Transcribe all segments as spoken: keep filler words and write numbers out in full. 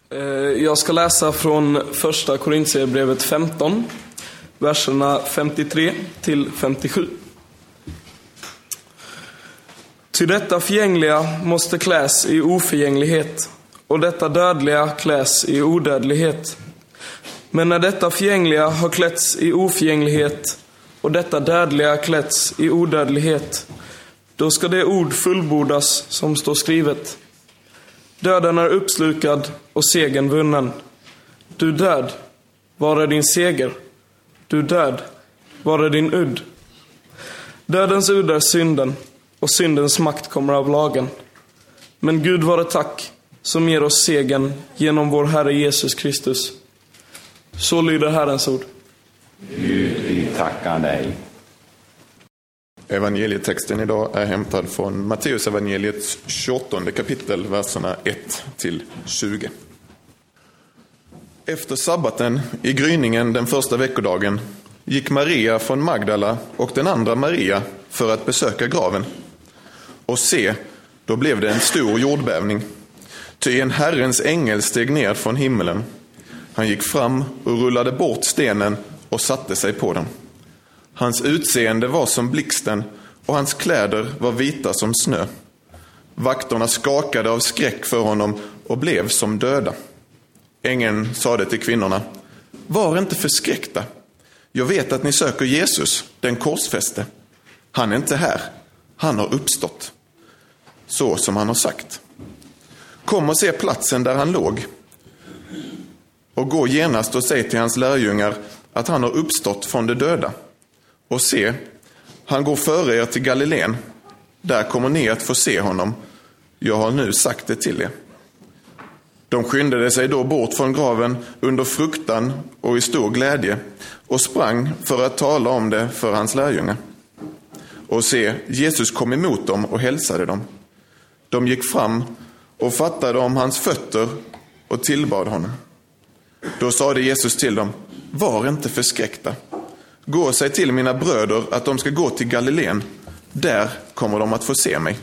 Jag ska läsa från första Korintierbrevet femton, verserna femtiotre till femtiosju. Ty detta förgängliga måste kläs i oförgänglighet, och detta dödliga kläs i odödlighet. Men när detta förgängliga har klätts i oförgänglighet, och detta dödliga klätts i odödlighet, då ska det ord fullbordas som står skrivet: döden är uppslukad och segern vunnen. Du död, var är din seger? Du död, var är din udd? Dödens udd är synden, och syndens makt kommer av lagen. Men Gud vare tack, som ger oss segern genom vår Herre Jesus Kristus. Så lyder Herrens ord. Gud, vi tackar dig. Evangelietexten idag är hämtad från Matteus evangeliets tjugoåttonde kapitel, verserna ett till tjugo. Efter sabbaten, i gryningen den första veckodagen, gick Maria från Magdala och den andra Maria för att besöka graven. Och se, då blev det en stor jordbävning. Ty en Herrens ängel steg ner från himmelen. Han gick fram och rullade bort stenen och satte sig på den. Hans utseende var som blixten, och hans kläder var vita som snö. Vakterna skakade av skräck för honom och blev som döda. Ängeln sade till kvinnorna: var inte förskräckta. Jag vet att ni söker Jesus, den korsfäste. Han är inte här, han har uppstått, så som han har sagt. Kom och se platsen där han låg, och gå genast och säg till hans lärjungar att han har uppstått från de döda. Och se, han går före er till Galileen. Där kommer ni att få se honom. Jag har nu sagt det till er. De skyndade sig då bort från graven under fruktan och i stor glädje, och sprang för att tala om det för hans lärjungar. Och se, Jesus kom emot dem och hälsade dem. De gick fram och fattade om hans fötter och tillbad honom. Då sade Jesus till dem: var inte förskräckta. Gå och säg till mina bröder att de ska gå till Galileen. Där kommer de att få se mig.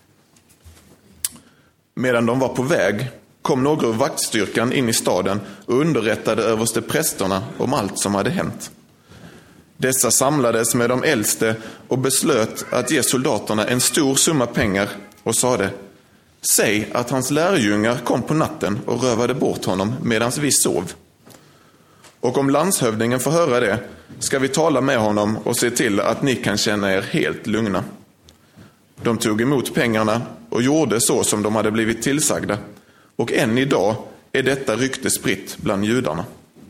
Medan de var på väg kom några ur vaktstyrkan in i staden och underrättade överste prästerna om allt som hade hänt. Dessa samlades med de äldste och beslöt att ge soldaterna en stor summa pengar och sade: säg att hans lärjungar kom på natten och rövade bort honom medan vi sov. Och om landshövdingen får höra det, ska vi tala med honom och se till att ni kan känna er helt lugna. De tog emot pengarna och gjorde så som de hade blivit tillsagda. Och än idag är detta rykte spritt bland judarna.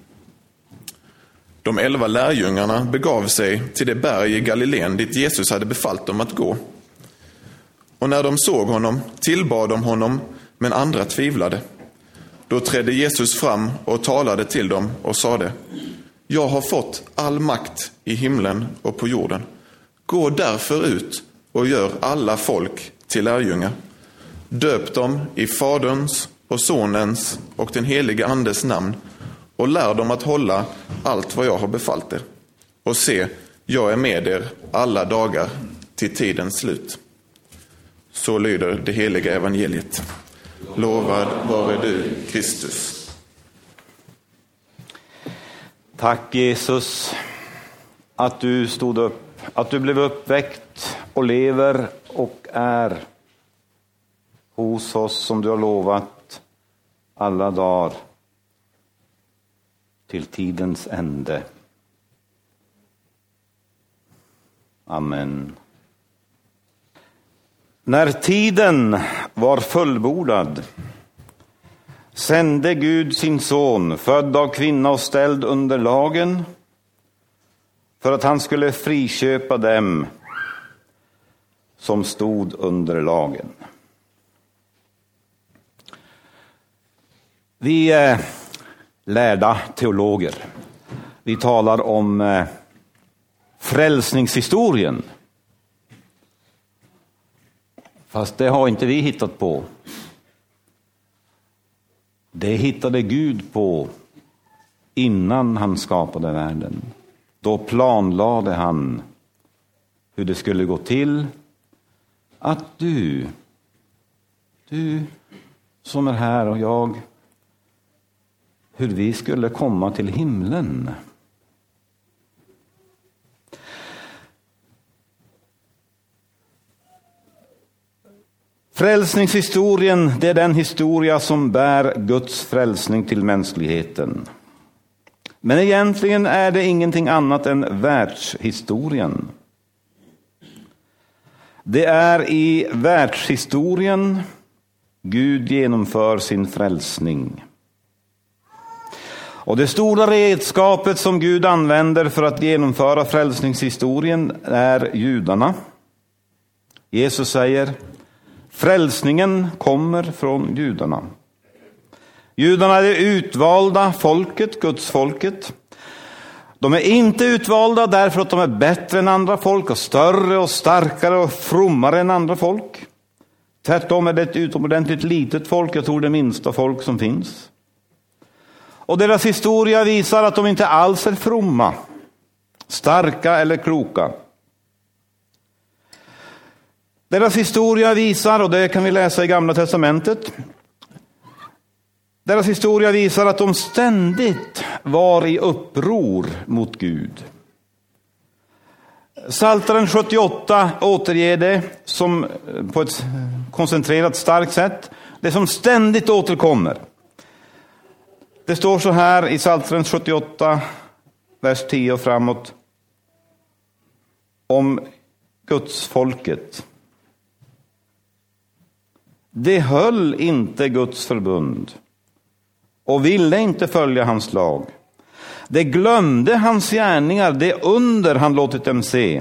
De elva lärjungarna begav sig till det berg i Galileen dit Jesus hade befallt dem att gå. Och när de såg honom tillbad de honom, men andra tvivlade. Då trädde Jesus fram och talade till dem och sade: jag har fått all makt i himlen och på jorden. Gå därför ut och gör alla folk till lärjungar. Döp dem i Faderns och Sonens och den helige Andes namn, och lär dem att hålla allt vad jag har befallt er. Och se, jag är med er alla dagar till tidens slut. Så lyder det heliga evangeliet. Lovad vare du, Kristus. Tack Jesus att du stod upp, att du blev uppväckt och lever och är hos oss som du har lovat alla dagar till tidens ände. Amen. När tiden var fullbordad sände Gud sin son, född av kvinna och ställd under lagen, för att han skulle friköpa dem som stod under lagen. Vi är lärda teologer. Vi talar om frälsningshistorien. Fast det har inte vi hittat på. Det hittade Gud på innan han skapade världen. Då planlade han hur det skulle gå till att du, du som är här och jag, hur vi skulle komma till himlen. Frälsningshistorien, det är den historia som bär Guds frälsning till mänskligheten. Men egentligen är det ingenting annat än världshistorien. Det är i världshistorien Gud genomför sin frälsning. Och det stora redskapet som Gud använder för att genomföra frälsningshistorien är judarna. Jesus säger: frälsningen kommer från judarna. Judarna är det utvalda folket, Guds folket. De är inte utvalda därför att de är bättre än andra folk och större och starkare och frommare än andra folk. Tvärtom är det ett utomordentligt litet folk, jag tror det minsta folk som finns. Och deras historia visar att de inte alls är fromma, starka eller kloka. Deras historia visar, och det kan vi läsa i Gamla testamentet, deras historia visar att de ständigt var i uppror mot Gud. Psaltaren sjuttioåtta återger det som på ett koncentrerat starkt sätt, det som ständigt återkommer. Det står så här i Psaltaren sjuttioåtta, vers tio och framåt, om Guds folket. Det höll inte Guds förbund och ville inte följa hans lag. Det glömde hans gärningar, det under han låtit dem se.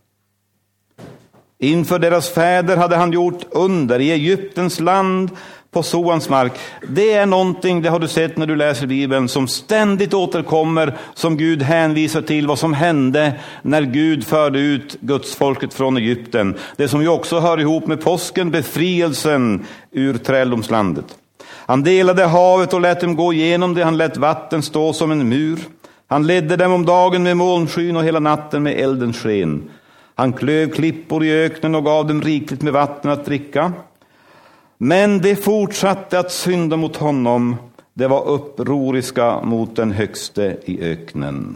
Inför deras fäder hade han gjort under i Egyptens land, på Soans mark. Det är någonting, det har du sett när du läser Bibeln, som ständigt återkommer, som Gud hänvisar till vad som hände när Gud förde ut Guds folket från Egypten. Det som ju också hör ihop med påsken, befrielsen ur träldomslandet. Han delade havet och lät dem gå igenom det, han lät vatten stå som en mur. Han ledde dem om dagen med molnskyn och hela natten med eldens sken. Han klöv klippor i öknen och gav dem rikligt med vatten att dricka. Men de fortsatte att synda mot honom. Det var upproriska mot den högste i öknen.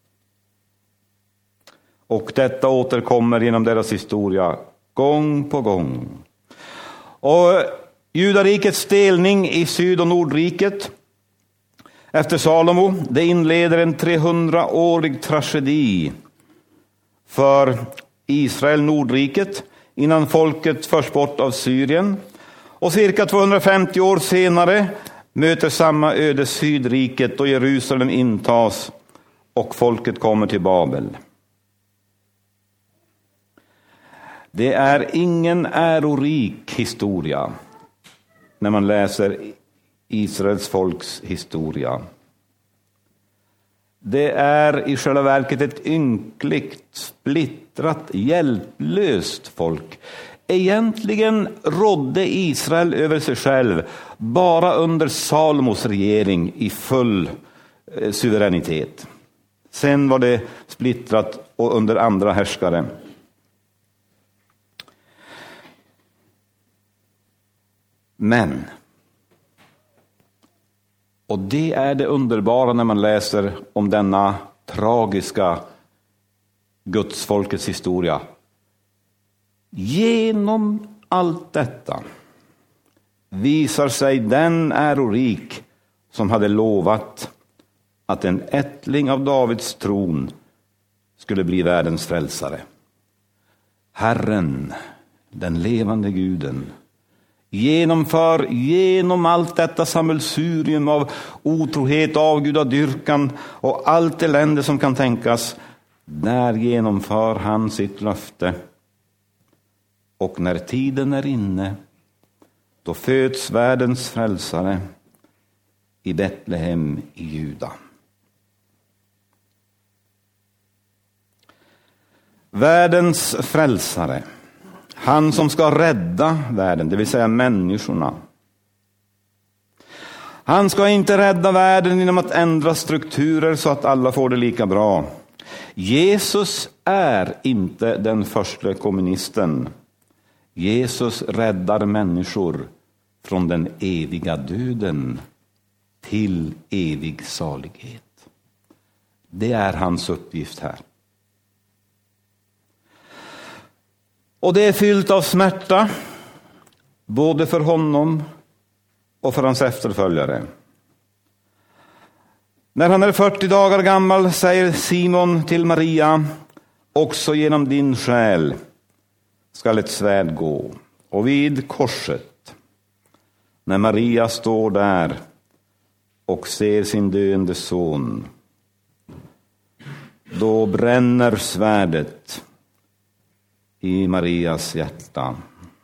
Och detta återkommer genom deras historia gång på gång. Och judarikets delning i syd- och nordriket efter Salomo, det inleder en trehundraårig tragedi för Israel, nordriket, innan folket förs bort av Syrien. Och cirka tvåhundrafemtio år senare möter samma öde sydriket och Jerusalem intas och folket kommer till Babel. Det är ingen ärorik historia när man läser Israels folks historia. Det är i själva verket ett ynkligt, splittrat, hjälplöst folk. Egentligen rådde Israel över sig själv bara under Salomos regering i full eh, suveränitet. Sen var det splittrat och under andra härskare. Men, och det är det underbara när man läser om denna tragiska Guds folkets historia. Genom allt detta visar sig den ärorik som hade lovat att en ättling av Davids tron skulle bli världens frälsare. Herren, den levande guden, genomför genom allt detta sammelsurium av otrohet, avgudadyrkan och allt elände som kan tänkas. Där genomför han sitt löfte. Och när tiden är inne, då föds världens frälsare i Betlehem i Juda. Världens frälsare, han som ska rädda världen, det vill säga människorna. Han ska inte rädda världen genom att ändra strukturer så att alla får det lika bra. Jesus är inte den första kommunisten. Jesus räddar människor från den eviga döden till evig salighet. Det är hans uppgift här. Och det är fyllt av smärta, både för honom och för hans efterföljare. När han är fyrtio dagar gammal säger Simon till Maria: också genom din själ skall ett svärd gå. Och vid korset, när Maria står där och ser sin döende son, då bränner svärdet i Marias hjärta.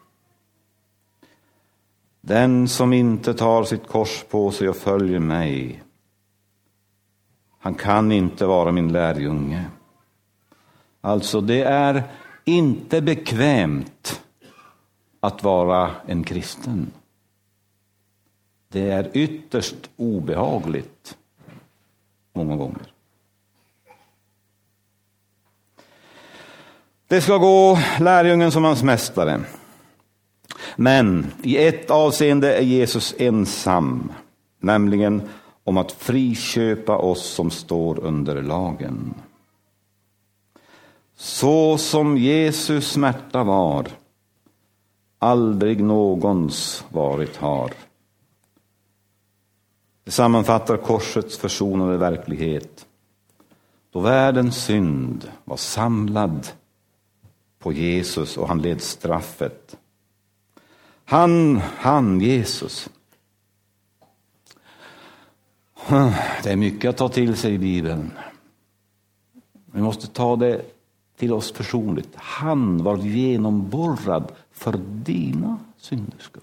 Den som inte tar sitt kors på sig och följer mig, han kan inte vara min lärjunge. Alltså, det är inte bekvämt att vara en kristen. Det är ytterst obehagligt många gånger. Det ska gå lärjungen som hans mästare. Men i ett avseende är Jesus ensam, nämligen om att friköpa oss som står under lagen. Så som Jesus smärta var, aldrig någons varit har. Det sammanfattar korsets försonade verklighet, då världens synd var samlad på Jesus och han led straffet. Han, han, Jesus. Det är mycket att ta till sig i Bibeln. Vi måste ta det till oss personligt. Han var genomborrad för dina synders skull.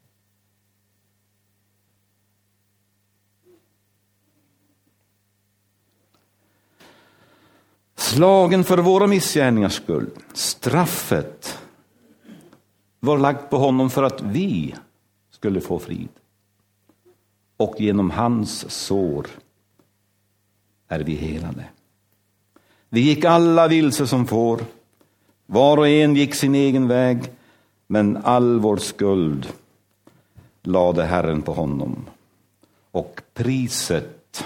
Slagen för våra missgärningars skull. Straffet var lagt på honom för att vi skulle få frid. Och genom hans sår är vi helade. Vi gick alla vilse som får. Var och en gick sin egen väg. Men all vår skuld lade Herren på honom. Och priset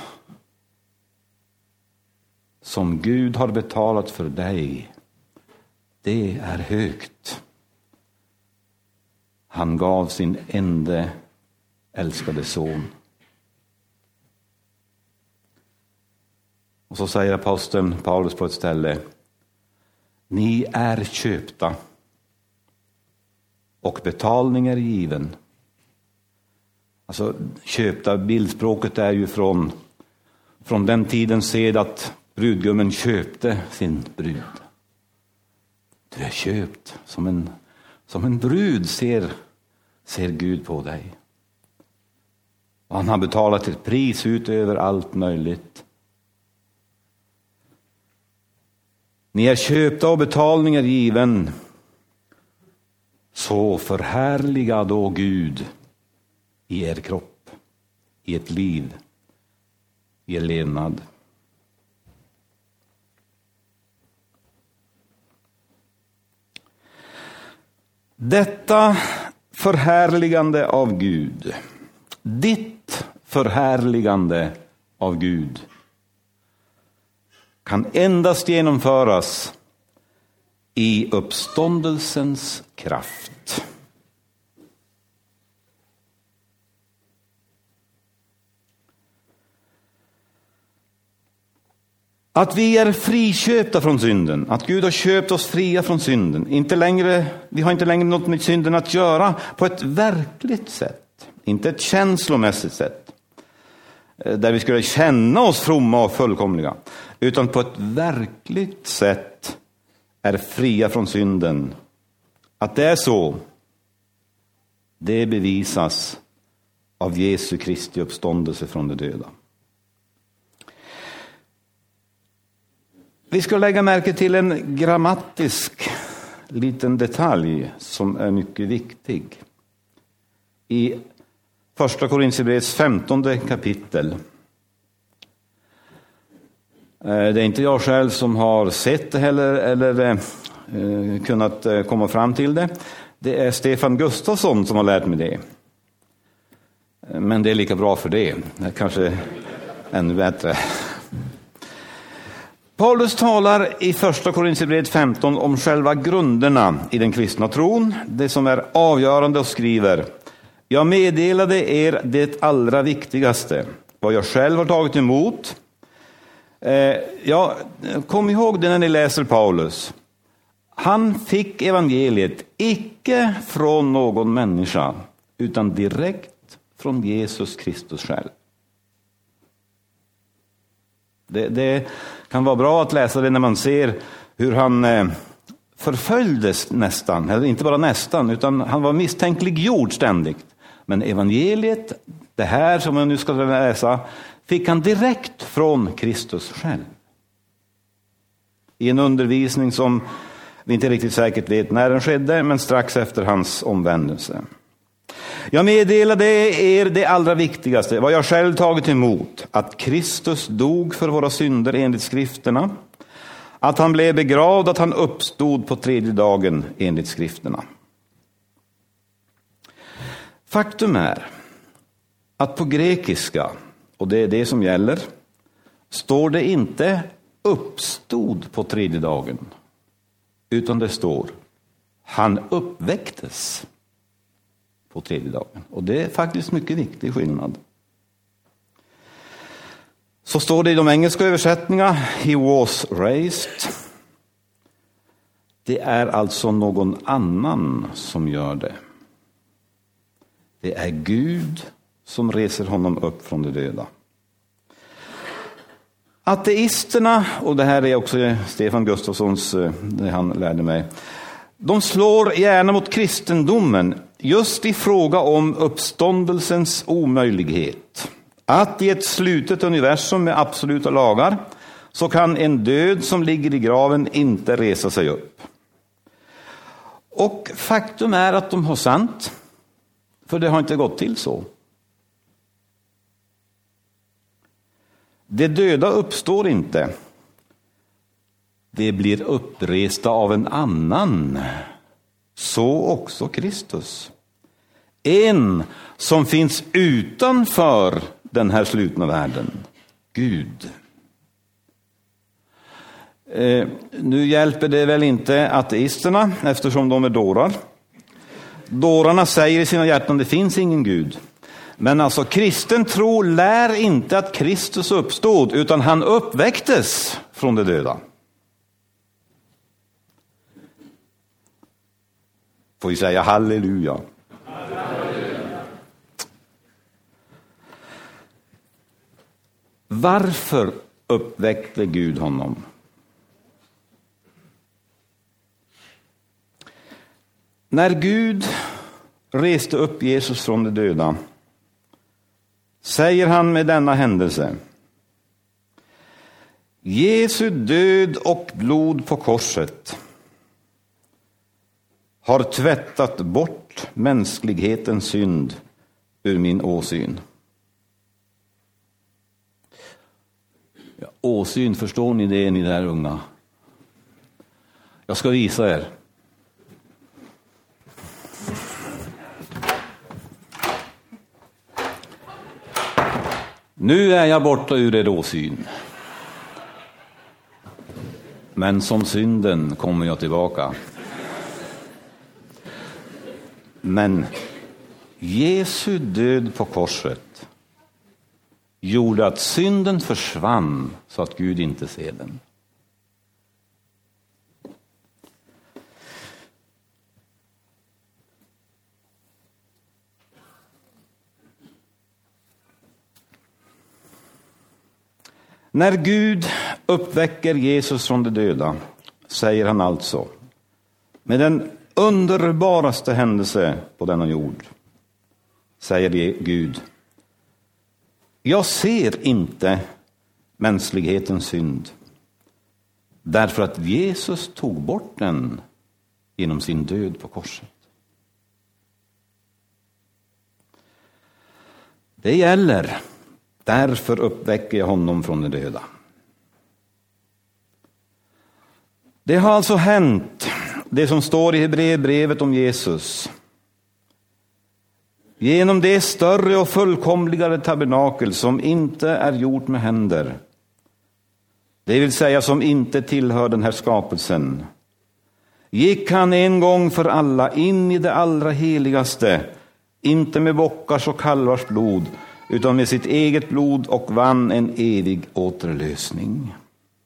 som Gud har betalat för dig, det är högt. Han gav sin enda älskade son. Och så säger aposteln Paulus på ett ställe: ni är köpta och betalning är given. Alltså köpta, bildspråket är ju från, från den tiden sed att brudgummen köpte sin brud. Du är köpt som en, som en brud ser, ser Gud på dig. Och han har betalat ett pris utöver allt möjligt. Ni är köpta och betalning är given. Så förhärliga då Gud i er kropp, i ett liv, i er levnad. Detta förhärligande av Gud, ditt förhärligande av Gud, kan endast genomföras i uppståndelsens kraft. Att vi är friköpta från synden, att Gud har köpt oss fria från synden, inte längre, vi har inte längre något med synden att göra på ett verkligt sätt, inte ett känslomässigt sätt, där vi skulle känna oss fromma och fullkomliga, utan på ett verkligt sätt är fria från synden. Att det är så, det bevisas av Jesu Kristi uppståndelse från de döda. Vi ska lägga märke till en grammatisk liten detalj som är mycket viktig. I första Korinthierbrevets femtonde kapitel. Det är inte jag själv som har sett det heller, eller eh, kunnat komma fram till det. Det är Stefan Gustafsson som har lärt mig det. Men det är lika bra för det. Det är kanske ännu bättre. Paulus talar i första Korinthierbrevet femton om själva grunderna i den kristna tron. Det som är avgörande, och skriver: jag meddelade er det allra viktigaste, vad jag själv har tagit emot. Eh, ja, kom ihåg det när ni läser Paulus. Han fick evangeliet icke från någon människa, utan direkt från Jesus Kristus själv. Det, det kan vara bra att läsa det när man ser hur han eh, förföljdes nästan, eller inte bara nästan, utan han var misstänkliggjord ständigt. Men evangeliet, det här som jag nu ska läsa, fick han direkt från Kristus själv. I en undervisning som vi inte riktigt säkert vet när den skedde, men strax efter hans omvändelse. Jag meddelade er det allra viktigaste, vad jag själv tagit emot, att Kristus dog för våra synder enligt skrifterna, att han blev begravd, att han uppstod på tredje dagen enligt skrifterna. Faktum är att på grekiska, och det är det som gäller, står det inte uppstod på tredje dagen, utan det står han uppväcktes på tredje dagen. Och det är faktiskt mycket viktig skillnad. Så står det i de engelska översättningarna: he was raised. Det är alltså någon annan som gör det. Det är Gud som reser honom upp från de döda. Ateisterna, och det här är också Stefan Gustafssons, det han lärde mig, de slår gärna mot kristendomen just i fråga om uppståndelsens omöjlighet. Att i ett slutet universum med absoluta lagar så kan en död som ligger i graven inte resa sig upp. Och faktum är att de har sant, för det har inte gått till så. Det döda uppstår inte. Det blir uppresta av en annan. Så också Kristus. En som finns utanför den här slutna världen. Gud. Eh, nu hjälper det väl inte ateisterna, eftersom de är dårar. Dårarna säger i sina hjärtan: det finns ingen Gud. Men alltså kristen tro lär inte att Kristus uppstod, utan han uppväcktes från de döda. Får vi säga halleluja. Halleluja. Varför uppväckte Gud honom? När Gud reste upp Jesus från de döda, säger han med denna händelse: Jesu död och blod på korset har tvättat bort mänsklighetens synd ur min åsyn. Ja, åsyn, förstår ni det, ni där unga? Jag ska visa er. Nu är jag borta ur er åsyn. Men som synden kommer jag tillbaka. Men Jesu död på korset gjorde att synden försvann så att Gud inte ser den. När Gud uppväcker Jesus från de döda, säger han alltså med den underbaraste händelse på denna jord, säger Gud: jag ser inte mänsklighetens synd, därför att Jesus tog bort den genom sin död på korset. Det gäller. Därför uppväcker jag honom från de döda. Det har alltså hänt, det som står i Hebreerbrevet om Jesus. Genom det större och fullkomligare tabernakel som inte är gjort med händer, det vill säga som inte tillhör den här skapelsen, gick han en gång för alla in i det allra heligaste, inte med bockars och kalvars blod, utan med sitt eget blod, och vann en evig återlösning.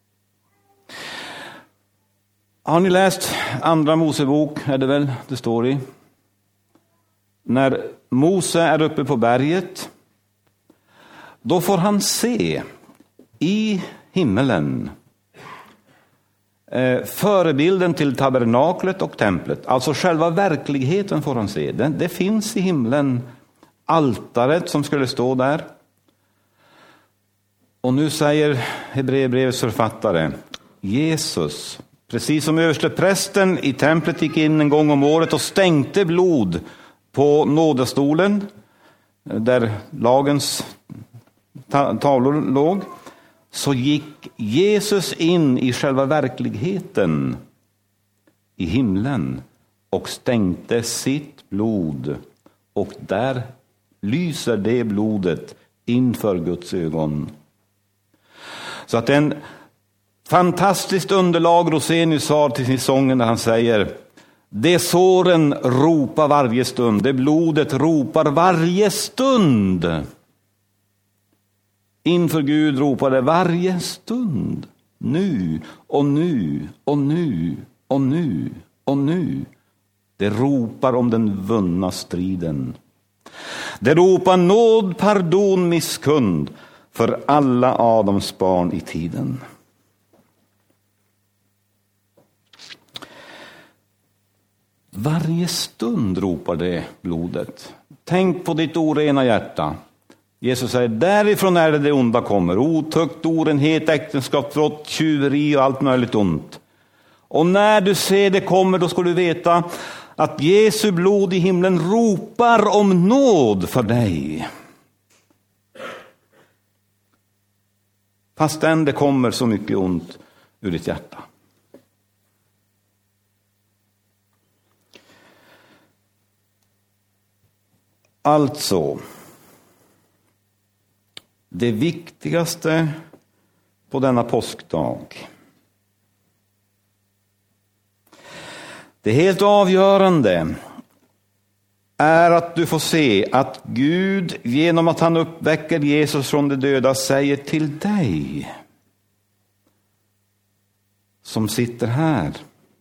Har ni läst andra Mosebok, är det väl det står i? När Mose är uppe på berget, då får han se i himmelen eh, förebilden till tabernaklet och templet. Alltså själva verkligheten får han se. Det, det finns i himlen altaret som skulle stå där. Och nu säger Hebreerbrevets författare, Jesus, precis som översteprästen i templet gick in en gång om året och stänkte blod på nådestolen där lagens tavlor låg, så gick Jesus in i själva verkligheten i himlen och stänkte sitt blod, och där lyser det blodet inför Guds ögon. Så att en fantastiskt underlag Rosenius har till sin sången när han säger: det såren ropar varje stund, det blodet ropar varje stund. Inför Gud ropar det varje stund. Nu och nu och nu och nu och nu. Det ropar om den vunna striden. Det ropar nåd, pardon, misskund för alla Adams barn i tiden. Varje stund ropar det blodet. Tänk på ditt orena hjärta. Jesus säger, därifrån är det det onda kommer. Otukt, orenhet, äktenskapsbrott, tjuveri och allt möjligt ont. Och när du ser det kommer, då ska du veta att Jesu blod i himlen ropar om nåd för dig. Fastän det kommer så mycket ont ur ditt hjärta. Alltså, det viktigaste på denna påskdag, det helt avgörande, är att du får se att Gud genom att han uppväcker Jesus från de döda säger till dig som sitter här: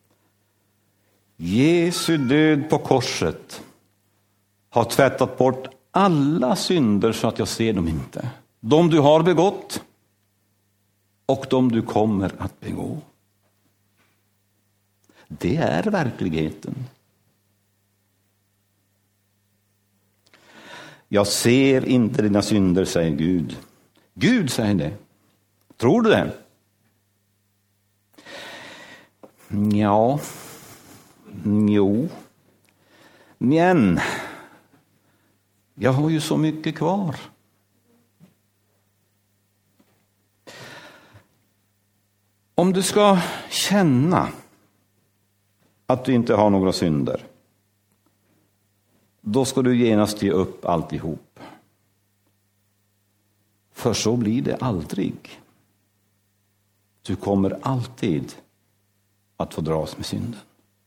Jesu död på korset har tvättat bort alla synder så att jag ser dem inte. De du har begått och de du kommer att begå. Det är verkligheten. Jag ser inte dina synder, säger Gud. Gud säger det. Tror du det? Ja. Jo. Men jag har ju så mycket kvar. Om du ska känna att du inte har några synder, då ska du genast ge upp alltihop. För så blir det aldrig. Du kommer alltid att få dras med synden.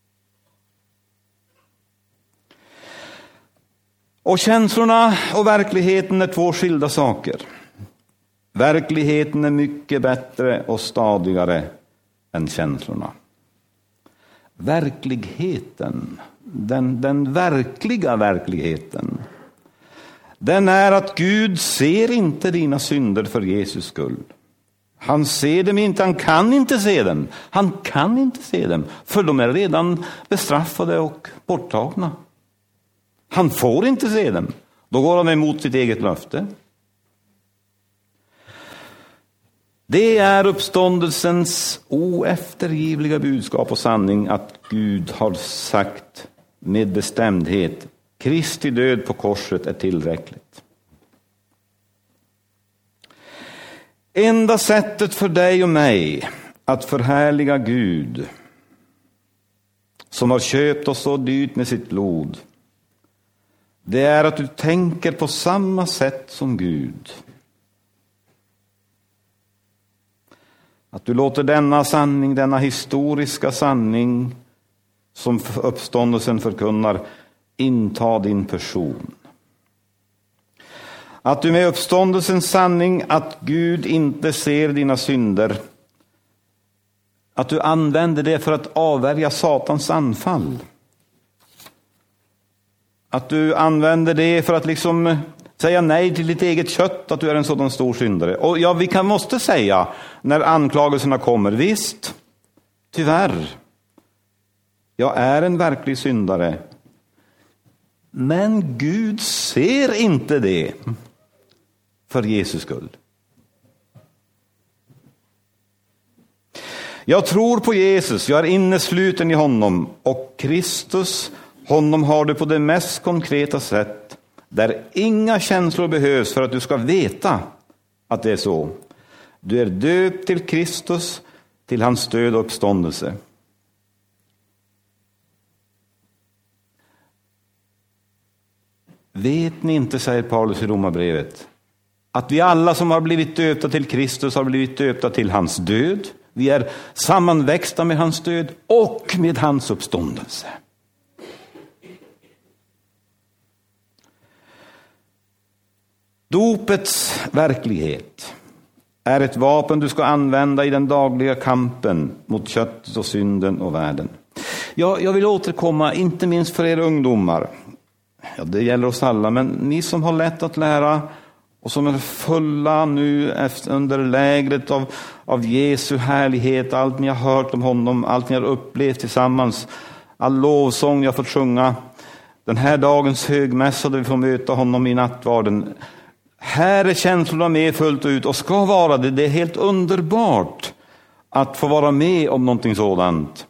Och känslorna och verkligheten är två skilda saker. Verkligheten är mycket bättre och stadigare än känslorna. Verkligheten, den, den verkliga verkligheten, den är att Gud ser inte dina synder för Jesus skull. Han ser dem inte, han kan inte se dem. Han kan inte se dem, för de är redan bestraffade och borttagna. Han får inte se dem. Då går han emot sitt eget löfte. Det är uppståndelsens oeftergivliga budskap och sanning att Gud har sagt med bestämdhet: Kristi död på korset är tillräckligt. Enda sättet för dig och mig att förhärliga Gud, som har köpt oss så dyrt med sitt blod, det är att du tänker på samma sätt som Gud. Att du låter denna sanning, denna historiska sanning som uppståndelsen förkunnar, inta din person. Att du med uppståndelsens sanning, att Gud inte ser dina synder, att du använder det för att avvärja Satans anfall. Att du använder det för att liksom säga nej till ditt eget kött, att du är en sådan stor syndare. Och ja, vi kan måste säga när anklagelserna kommer, visst, tyvärr, jag är en verklig syndare. Men Gud ser inte det för Jesus skull. Jag tror på Jesus, jag är innesluten i honom, och Kristus, honom har du på det mest konkreta sätt, där inga känslor behövs för att du ska veta att det är så. Du är döpt till Kristus, till hans död och uppståndelse. Vet ni inte, säger Paulus i Romarbrevet, att vi alla som har blivit döpta till Kristus har blivit döpta till hans död? Vi är sammanväxta med hans död och med hans uppståndelse. Dopets verklighet är ett vapen du ska använda i den dagliga kampen mot köttet och synden och världen. Jag, jag vill återkomma, inte minst för er ungdomar. Ja, det gäller oss alla, men ni som har lätt att lära och som är fulla nu efter, under lägret av, av Jesu härlighet, allt ni har hört om honom, allt ni har upplevt tillsammans, all lovsång jag fått sjunga, den här dagens högmässa där vi får möta honom i nattvarden. Här är känslorna med fullt ut och ska vara det. Det är helt underbart att få vara med om någonting sådant.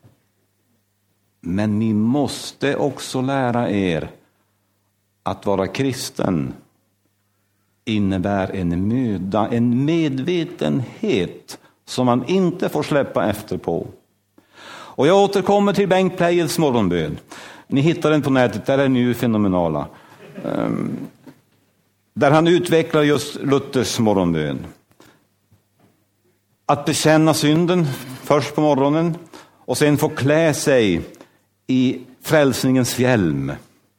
Men ni måste också lära er att vara kristen innebär en möda, en medvetenhet som man inte får släppa efter på. Och jag återkommer till Bengt Pleijels morgonbön. Ni hittar den på nätet, där är ni ju fenomenala. Um, där han utvecklar just Luthers morgonbön. Att bekänna synden först på morgonen och sen få klä sig i frälsningens hjälm.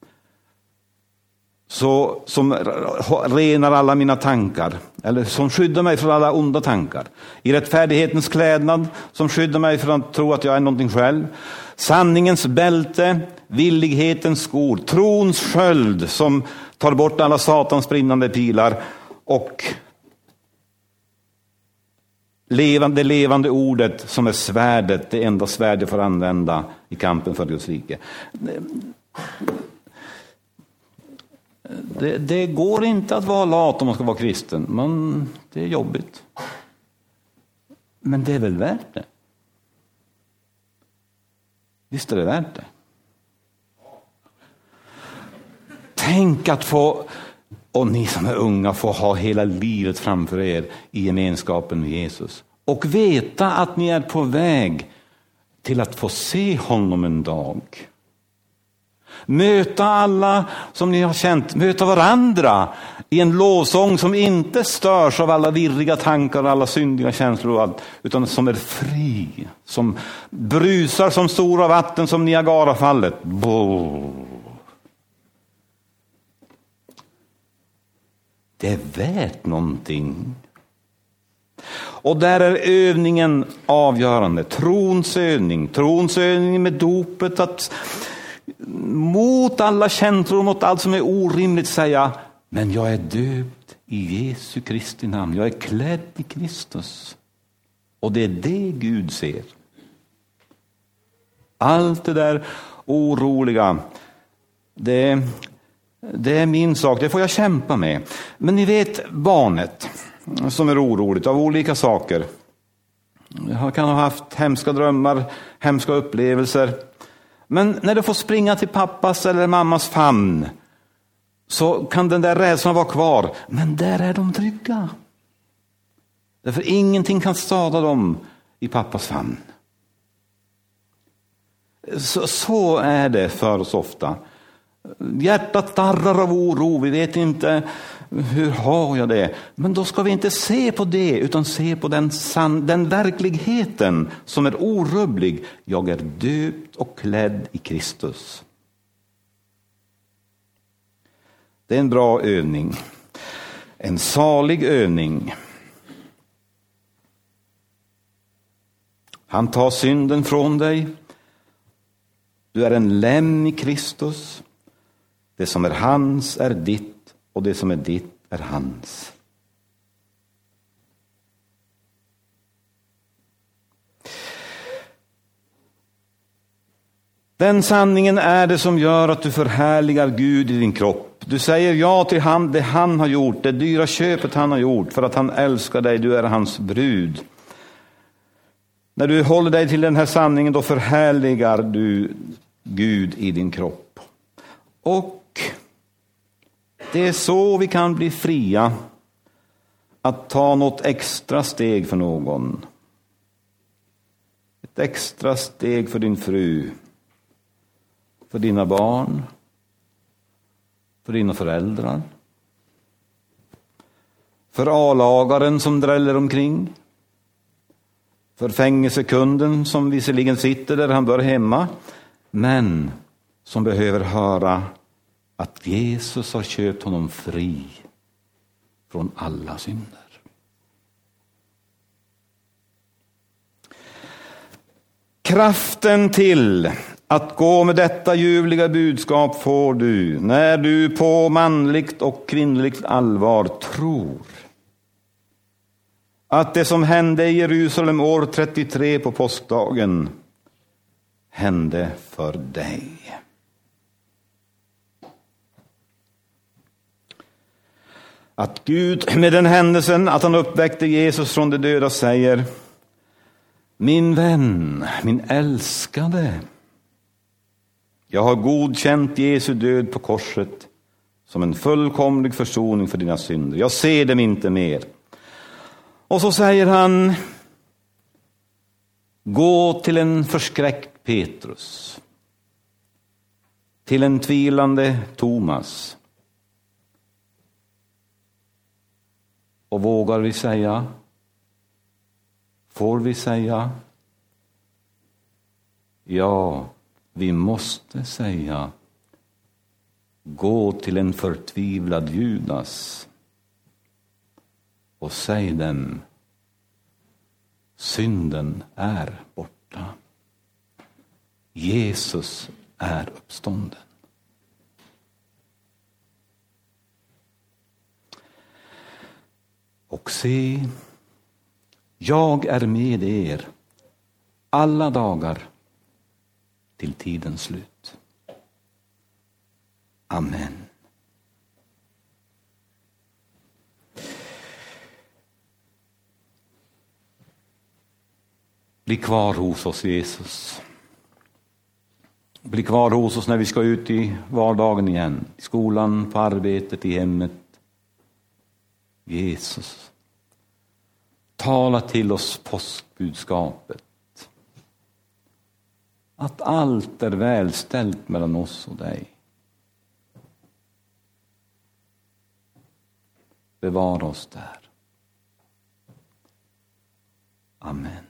Så, som renar alla mina tankar, eller som skyddar mig från alla onda tankar. I rättfärdighetens klädnad, som skyddar mig från att tro att jag är någonting själv. Sanningens bälte, villighetens skor, trons sköld som tar bort alla satans brinnande pilar, och levande, levande ordet som är svärdet, det enda svärd jag får använda i kampen för Guds rike. Det, det går inte att vara lat om man ska vara kristen. Men det är jobbigt. Men det är väl värt det? Visst är det värt det? Tänk att få, och ni som är unga, få ha hela livet framför er i gemenskapen med Jesus. Och veta att ni är på väg till att få se honom en dag. Möta alla som ni har känt, möta varandra i en lovsång som inte störs av alla virriga tankar och alla syndiga känslor och allt, utan som är fri, som brusar som stora vatten som Niagarafallet. Bo. Det är värt någonting. Och där är övningen avgörande. Trons övning, trons övning med dopet, att mot alla känslor, mot allt som är orimligt säga, men jag är döpt i Jesu Kristi namn. Jag är klädd i Kristus. Och det är det Gud ser. Allt det där oroliga, det, det är min sak. Det får jag kämpa med. Men ni vet, barnet som är oroligt av olika saker. Jag kan ha haft hemska drömmar, hemska upplevelser. Men när det får springa till pappas eller mammas famn, så kan den där rädslan vara kvar. Men där är de trygga. Därför ingenting kan skada dem i pappas famn. Så, så är det för oss ofta. Hjärtat darrar av oro, vi vet inte hur har jag det. Men då ska vi inte se på det, utan se på den, san- den verkligheten som är orubblig. Jag är döpt och klädd i Kristus. Det är en bra övning. En salig övning. Han tar synden från dig. Du är en lem i Kristus. Det som är hans är ditt, och det som är ditt är hans. Den sanningen är det som gör att du förhärligar Gud i din kropp. Du säger ja till han, det han har gjort, det dyra köpet han har gjort, för att han älskar dig, du är hans brud. När du håller dig till den här sanningen, då förhärligar du Gud i din kropp. Och det är så vi kan bli fria att ta något extra steg för någon. Ett extra steg för din fru, för dina barn, för dina föräldrar, för A-lagaren som dräller omkring, för fängelsekunden som visserligen sitter där han bör hemma, men som behöver höra att Jesus har köpt honom fri från alla synder. Kraften till att gå med detta ljuvliga budskap får du när du på manligt och kvinnligt allvar tror att det som hände i Jerusalem år trettiotre på påskdagen hände för dig. Att Gud med den händelsen att han uppväckte Jesus från de döda säger: min vän, min älskade, jag har godkänt Jesu död på korset som en fullkomlig försoning för dina synder. Jag ser dem inte mer. Och så säger han: gå till en förskräckt Petrus, till en tvivlande Thomas. Och vågar vi säga, får vi säga, ja, vi måste säga, gå till en förtvivlad Judas och säg dem: synden är borta. Jesus är uppstånden. Och se, jag är med er alla dagar till tidens slut. Amen. Bli kvar hos oss, Jesus. Bli kvar hos oss när vi ska ut i vardagen igen. I skolan, på arbetet, i hemmet. Jesus, tala till oss påskbudskapet. Att allt är välställt mellan oss och dig. Bevara oss där. Amen.